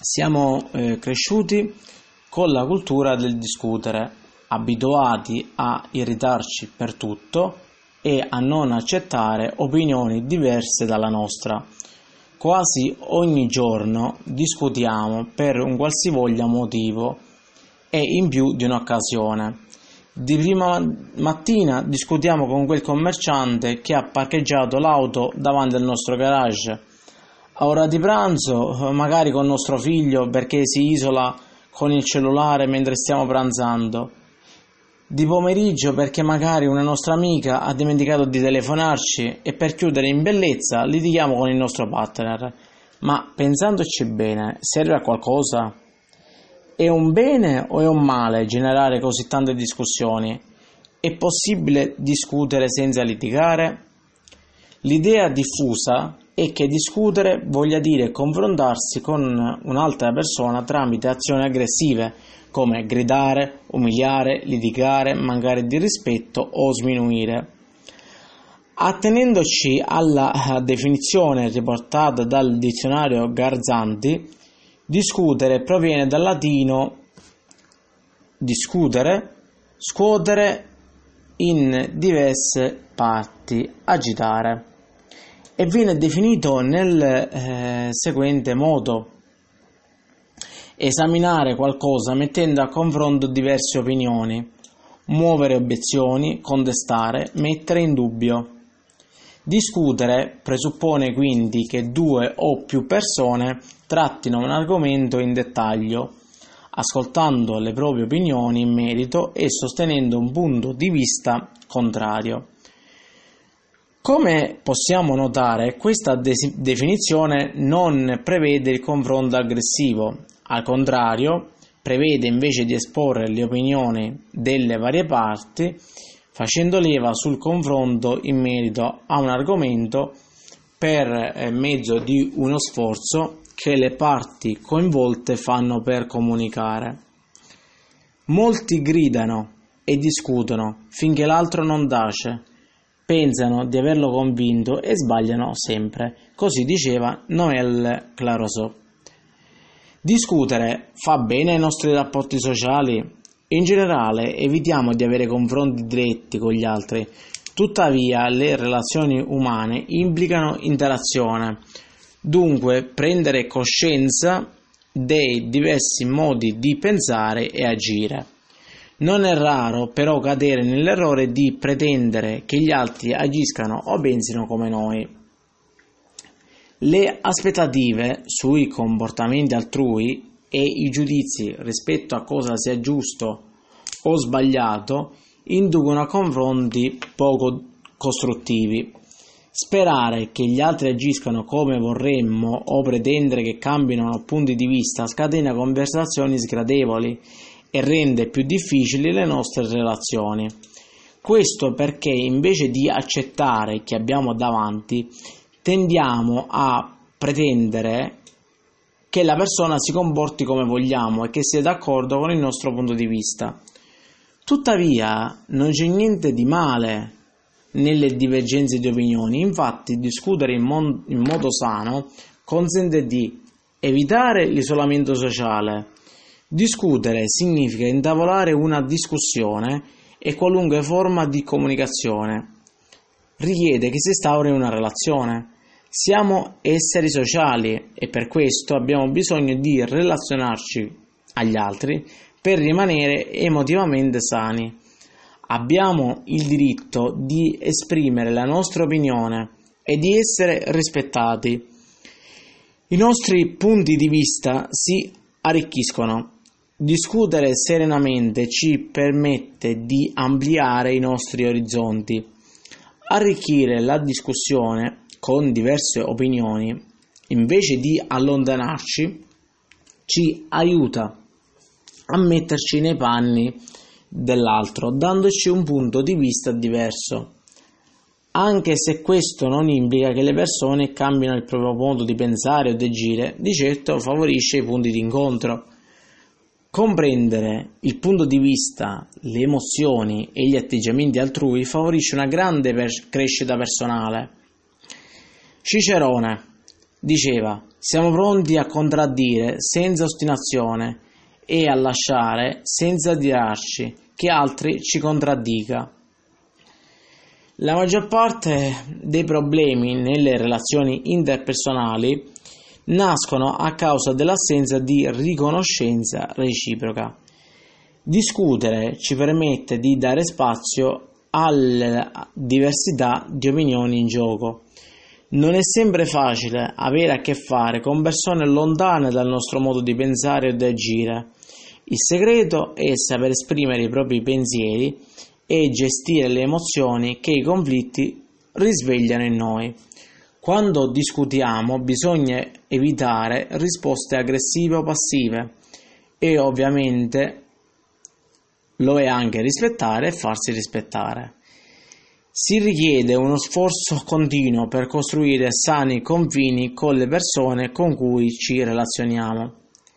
Siamo cresciuti con la cultura del discutere, abituati a irritarci per tutto e a non accettare opinioni diverse dalla nostra. Quasi ogni giorno discutiamo per un qualsivoglia motivo e in più di un'occasione. Di prima mattina discutiamo con quel commerciante che ha parcheggiato l'auto davanti al nostro garage. A ora di pranzo, magari con nostro figlio perché si isola con il cellulare mentre stiamo pranzando. Di pomeriggio perché magari una nostra amica ha dimenticato di telefonarci e per chiudere in bellezza litighiamo con il nostro partner. Ma pensandoci bene, serve a qualcosa? È un bene o è un male generare così tante discussioni? È possibile discutere senza litigare? L'idea diffusa è che discutere voglia dire confrontarsi con un'altra persona tramite azioni aggressive come gridare, umiliare, litigare, mancare di rispetto o sminuire. Attenendoci alla definizione riportata dal dizionario Garzanti, discutere proviene dal latino discutere, scuotere in diverse parti, agitare, e viene definito nel seguente modo: esaminare qualcosa mettendo a confronto diverse opinioni, muovere obiezioni, contestare, mettere in dubbio. Discutere presuppone quindi che due o più persone trattino un argomento in dettaglio, ascoltando le proprie opinioni in merito e sostenendo un punto di vista contrario. Come possiamo notare, questa definizione non prevede il confronto aggressivo, al contrario, prevede invece di esporre le opinioni delle varie parti, facendo leva sul confronto in merito a un argomento per mezzo di uno sforzo che le parti coinvolte fanno per comunicare. Molti gridano e discutono finché l'altro non tace. Pensano di averlo convinto e sbagliano sempre, così diceva Noël Claroso. Discutere fa bene ai nostri rapporti sociali? In generale evitiamo di avere confronti diretti con gli altri, tuttavia le relazioni umane implicano interazione, dunque prendere coscienza dei diversi modi di pensare e agire. Non è raro però cadere nell'errore di pretendere che gli altri agiscano o pensino come noi. Le aspettative sui comportamenti altrui e i giudizi rispetto a cosa sia giusto o sbagliato inducono a confronti poco costruttivi. Sperare che gli altri agiscano come vorremmo o pretendere che cambino punti di vista scatena conversazioni sgradevoli e rende più difficili le nostre relazioni. Questo perché invece di accettare chi abbiamo davanti, tendiamo a pretendere che la persona si comporti come vogliamo e che sia d'accordo con il nostro punto di vista. Tuttavia, non c'è niente di male nelle divergenze di opinioni, infatti discutere in modo sano consente di evitare l'isolamento sociale. Discutere significa intavolare una discussione e qualunque forma di comunicazione richiede che si instauri una relazione. Siamo esseri sociali e per questo abbiamo bisogno di relazionarci agli altri per rimanere emotivamente sani. Abbiamo il diritto di esprimere la nostra opinione e di essere rispettati. I nostri punti di vista si arricchiscono. Discutere serenamente ci permette di ampliare i nostri orizzonti. Arricchire la discussione con diverse opinioni, invece di allontanarci, ci aiuta a metterci nei panni dell'altro, dandoci un punto di vista diverso. Anche se questo non implica che le persone cambino il proprio modo di pensare o di agire, di certo favorisce i punti di incontro. Comprendere il punto di vista, le emozioni e gli atteggiamenti altrui favorisce una grande crescita personale. Cicerone: Diceva: siamo pronti a contraddire senza ostinazione e a lasciare senza adirarci che altri ci contraddica. La maggior parte dei problemi nelle relazioni interpersonali nascono a causa dell'assenza di riconoscenza reciproca. Discutere ci permette di dare spazio alle diversità di opinioni in gioco. Non è sempre facile avere a che fare con persone lontane dal nostro modo di pensare o di agire. Il segreto è saper esprimere i propri pensieri e gestire le emozioni che i conflitti risvegliano in noi. Quando discutiamo bisogna evitare risposte aggressive o passive e ovviamente lo è anche rispettare e farsi rispettare. Si richiede uno sforzo continuo per costruire sani confini con le persone con cui ci relazioniamo.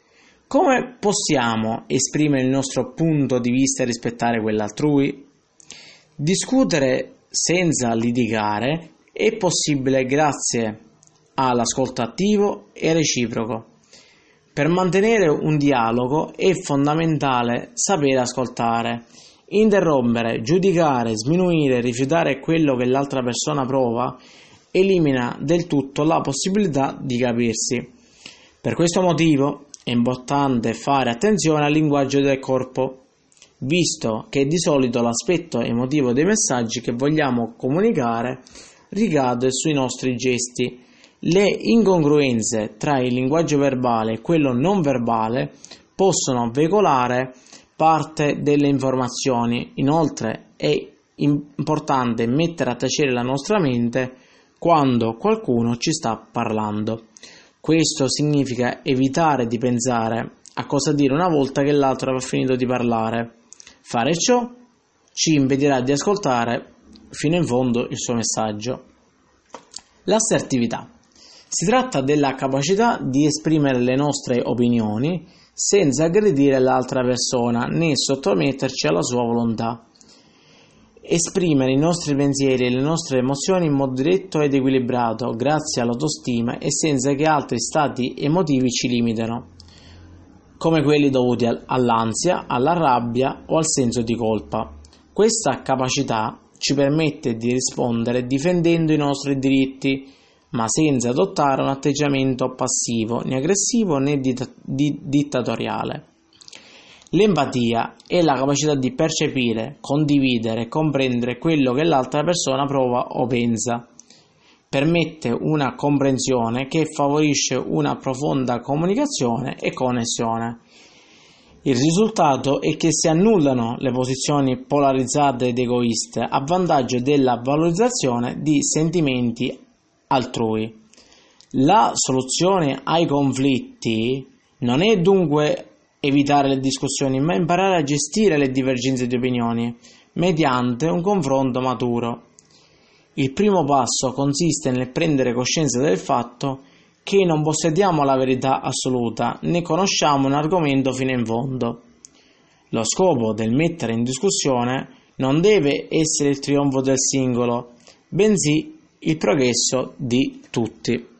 Come possiamo esprimere il nostro punto di vista e rispettare quello altrui? Discutere senza litigare è possibile grazie all'ascolto attivo e reciproco. Per mantenere un dialogo è fondamentale sapere ascoltare. Interrompere, giudicare, sminuire, rifiutare quello che l'altra persona prova elimina del tutto la possibilità di capirsi. Per questo motivo è importante fare attenzione al linguaggio del corpo, visto che di solito l'aspetto emotivo dei messaggi che vogliamo comunicare ricade sui nostri gesti. Le incongruenze tra il linguaggio verbale e quello non verbale possono veicolare parte delle informazioni. Inoltre è importante mettere a tacere la nostra mente quando qualcuno ci sta parlando. Questo significa evitare di pensare a cosa dire una volta che l'altro avrà finito di parlare. Fare ciò ci impedirà di ascoltare fino in fondo il suo messaggio. L'assertività. Si tratta della capacità di esprimere le nostre opinioni senza aggredire l'altra persona né sottometterci alla sua volontà. Esprimere i nostri pensieri e le nostre emozioni in modo diretto ed equilibrato, grazie all'autostima e senza che altri stati emotivi ci limitino, come quelli dovuti all'ansia, alla rabbia o al senso di colpa. Questa capacità ci permette di rispondere difendendo i nostri diritti, ma senza adottare un atteggiamento passivo, né aggressivo né dittatoriale. L'empatia è la capacità di percepire, condividere e comprendere quello che l'altra persona prova o pensa. Permette una comprensione che favorisce una profonda comunicazione e connessione. Il risultato è che si annullano le posizioni polarizzate ed egoiste a vantaggio della valorizzazione di sentimenti altrui. La soluzione ai conflitti non è dunque evitare le discussioni, ma imparare a gestire le divergenze di opinioni mediante un confronto maturo. Il primo passo consiste nel prendere coscienza del fatto che non possediamo la verità assoluta né conosciamo un argomento fino in fondo. Lo scopo del mettere in discussione non deve essere il trionfo del singolo, bensì il progresso di tutti.